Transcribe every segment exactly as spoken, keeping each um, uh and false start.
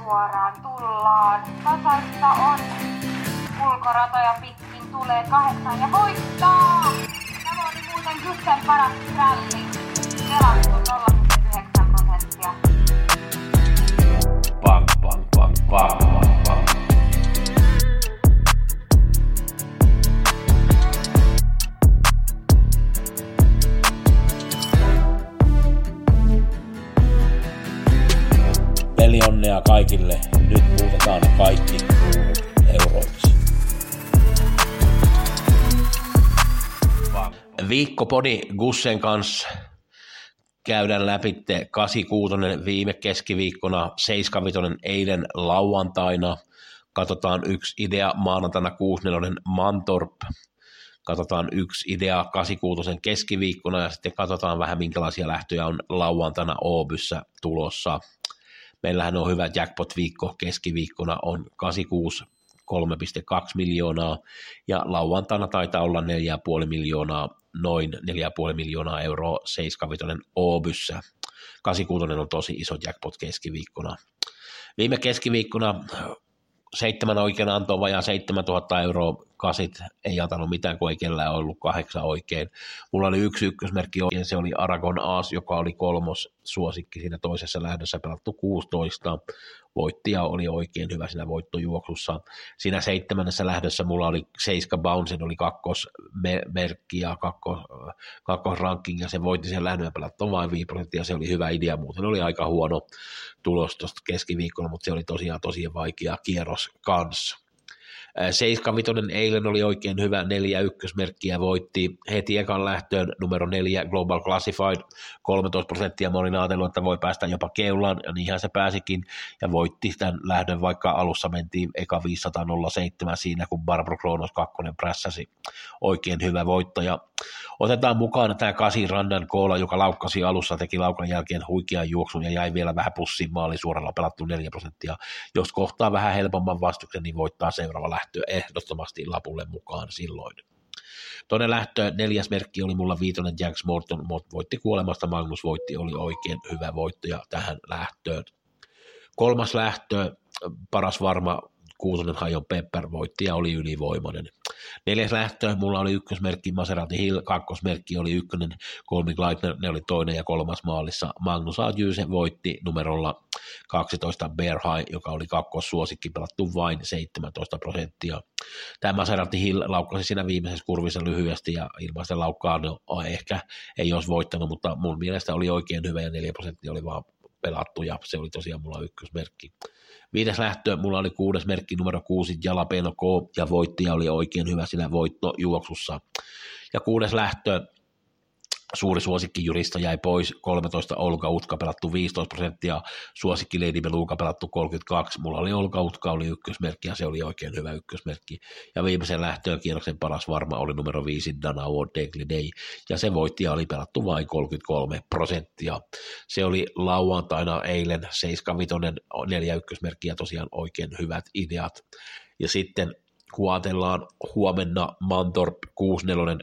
suoraan tullaan. Tasaista on. Ulkoratoja pitkin tulee kahdeksan ja voittaa! Tämä oli muuten Gusten paras ralli. Pelattu nolla pilkku yhdeksän prosenttia. Bang, bang, bang, bang, bang, bang. Peli onnea kaikille. Nyt muutetaan kaikki kruunut euroiksi. Viikkopodi Gussen kanssa käydään läpi kahdeksankymmentäkuusi viime keskiviikkona, seitsemänkymmentäviisi eilen lauantaina. Katsotaan yksi idea maanantaina kuusikymmentäneljä Mantorp. Katsotaan yksi idea kahdeksankymmentäkuusi keskiviikkona ja sitten katsotaan vähän minkälaisia lähtöjä on lauantaina Åbyssä tulossa. Meillähän on hyvä jackpot-viikko, keskiviikkona on kahdeksankymmentäkuusi kolme pilkku kaksi miljoonaa ja lauantaina taitaa olla neljä pilkku viisi miljoonaa, noin neljä pilkku viisi miljoonaa euroa seitsemänkymmentäviisi Åbyssä. kahdeksankymmentäkuusi on tosi iso jackpot keskiviikkona. Viime keskiviikkona seitsemän oikein antoi vajaa seitsemäntuhatta euroa, kasit ei antanut mitään, kun ei kellään ollut kahdeksan oikein. Mulla oli yksi ykkösmerkki oikein, se oli Aragon Aas, joka oli kolmos suosikki siinä toisessa lähdössä, pelattu kuusitoista. Voittaja oli oikein hyvä siinä voittojuoksussa. Siinä seitsemännessä lähdössä mulla oli Seiska Bouncen, oli kakkosmerkki ja kakkos, kakkosranking, ja se voitti sen lähdön ja pelattu vain viisi prosenttia, se oli hyvä idea, muuten oli aika huono tulos tuosta keskiviikkona, mutta se oli tosiaan tosi vaikea kierros kanssa. seitsemänkymmentäviisi eilen oli oikein hyvä, neljä ykkösmerkkiä voitti heti ekan lähtöön numero neljä Global Classified, kolmetoista prosenttia, mä olin ajatellut, että voi päästä jopa keulaan, ja niinhän se pääsikin, ja voitti tämän lähdön, vaikka alussa mentiin eka viisisataa nolla seitsemän siinä, kun Barbro Kronos kakkonen prässäsi, oikein hyvä voittaja. Otetaan mukaan tämä Kasi Randan Koola, joka laukkasi alussa, teki laukan jälkeen huikean juoksun ja jäi vielä vähän pussiin maaliin suoralla, pelattu neljä prosenttia. Jos kohtaa vähän helpomman vastuksen, niin voittaa seuraava lähtö ehdottomasti lapulle mukaan silloin. Toinen lähtö, neljäs merkki oli mulla viitonen Jax Morton, voitti kuolemasta, Magnus voitti, oli oikein hyvä voittaja tähän lähtöön. Kolmas lähtö, paras varma, Kuusonen Hajon Pepper voitti ja oli ylivoimainen. Neljäs lähtö, mulla oli ykkösmerkki Maserati Hill, kakkosmerkki oli ykkönen Colby Gleitner, ne oli toinen ja kolmas maalissa. Magnus Adjuse voitti numerolla kaksitoista Bear High, joka oli kakkossuosikki, pelattu vain seitsemäntoista prosenttia. Tämä Maserati Hill laukkasi siinä viimeisessä kurvissa lyhyesti ja ilmaisten laukkaan no, ehkä ei olisi voittanut, mutta mun mielestä oli oikein hyvä ja neljä prosenttia oli vaan pelattu ja se oli tosiaan mulla ykkösmerkki. Viides lähtö, mulla oli kuudes merkki numero kuusi Jalapeno K ja voittaja oli oikein hyvä siinä voittojuoksussa. Ja kuudes lähtö, suuri suosikki Jurista jäi pois, kolmetoista Olga Utka pelattu viisitoista prosenttia, suosikki Lady Beluga pelattu kolmekymmentäkaksi, mulla oli Olga Utka, oli ykkösmerkki ja se oli oikein hyvä ykkösmerkki. Ja viimeisen lähtöön kierroksen paras varma oli numero viisi Danao Degli Day ja se voittaja oli pelattu vain kolmekymmentäkolme prosenttia. Se oli lauantaina eilen seitsemänkymmentäviisi neljä ykkösmerkkiä, tosiaan oikein hyvät ideat. Ja sitten kun ajatellaan huomenna Mantorp kuusikymmentäneljä,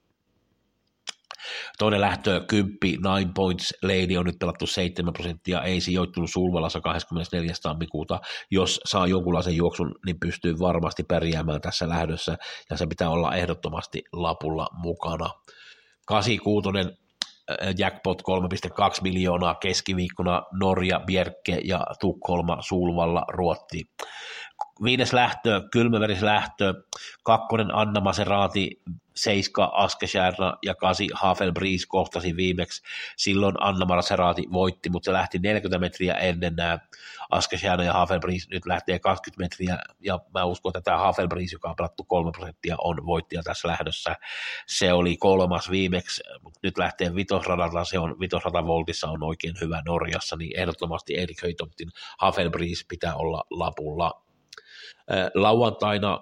toinen lähtö, kymppi, Nine Points Lady on nyt pelattu seitsemän prosenttia, ei sijoittunut Sulvalassa kahdeskymmenesneljäs tammikuuta. Jos saa jonkunlaisen juoksun, niin pystyy varmasti pärjäämään tässä lähdössä, ja se pitää olla ehdottomasti lapulla mukana. kahdeksankymmentäkuusi jackpot kolme pilkku kaksi miljoonaa keskiviikkona, Norja, Bjerke ja Tukholma, Sulvalla, Ruotti. Viides lähtö, kylmäveris lähtö, kakkonen Anna Maserati, seiska Askesjärna ja kasi Havelbris kohtasi viimeksi. Silloin Anna Maserati voitti, mutta se lähti neljäkymmentä metriä ennen nämä Askesjärna ja Havelbris. Nyt lähtee kaksikymmentä metriä ja mä uskon, että tämä Havelbris, joka on pelattu kolme prosenttia, on voittaja tässä lähdössä. Se oli kolmas viimeksi, mutta nyt lähtee vitosradalla, se on vitosratavoltissa on oikein hyvä Norjassa, niin ehdottomasti Erik Höjtomtin Havelbris pitää olla lapulla. Lauantaina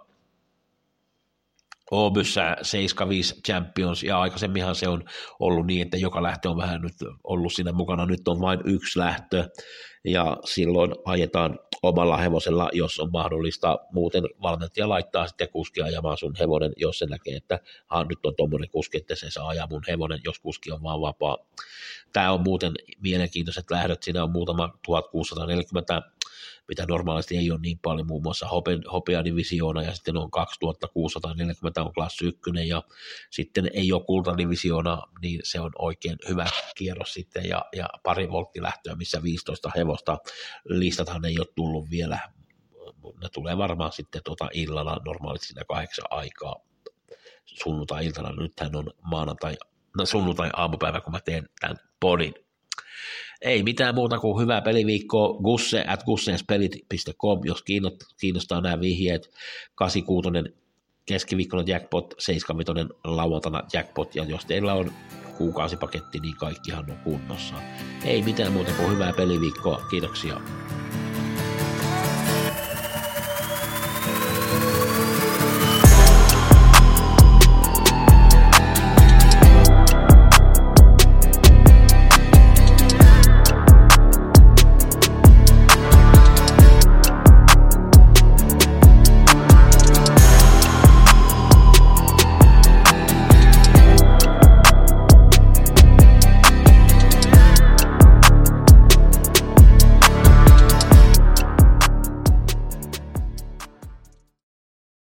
Åbyssä seitsemänkymmentäviisi Champions, ja aikaisemminhan se on ollut niin, että joka lähtö on vähän nyt ollut siinä mukana, nyt on vain yksi lähtö, ja silloin ajetaan omalla hevosella, jos on mahdollista, muuten valmentaja laittaa sitten kuskia ajamaan sun hevonen, jos se näkee, että ha, nyt on tommoinen kuski, että se saa ajaa mun hevonen, jos kuski on vaan vapaa. Tämä on muuten mielenkiintoiset lähdöt, siinä on muutama tuhatkuusisataaneljäkymmentä mitä normaalisti ei ole niin paljon, muun muassa hopeadivisioona ja sitten on kaksituhattakuusisataaneljäkymmentä on klassi ykkönen ja sitten ei ole kultadivisioona, niin se on oikein hyvä kierros sitten ja, ja pari volttilähtöä, missä viisitoista hevosta, listathan ei ole tullut vielä, ne tulee varmaan sitten tuota illalla normaalisti siinä kahdeksan aikaa sunnuntai-iltana, nythän on maanantai, no sunnuntai aamupäivä, kun mä teen tämän podin. Ei mitään muuta kuin hyvää peliviikkoa, gusse at gussenspelit piste com, jos kiinnostaa nämä vihjeet, kahdeksankymmentäkuusi keskiviikkona jackpot, seitsemänkymmentäviisi lauantaina jackpot, ja jos teillä on kuukausipaketti, niin kaikkihan on kunnossa. Ei mitään muuta kuin hyvää peliviikkoa, kiitoksia.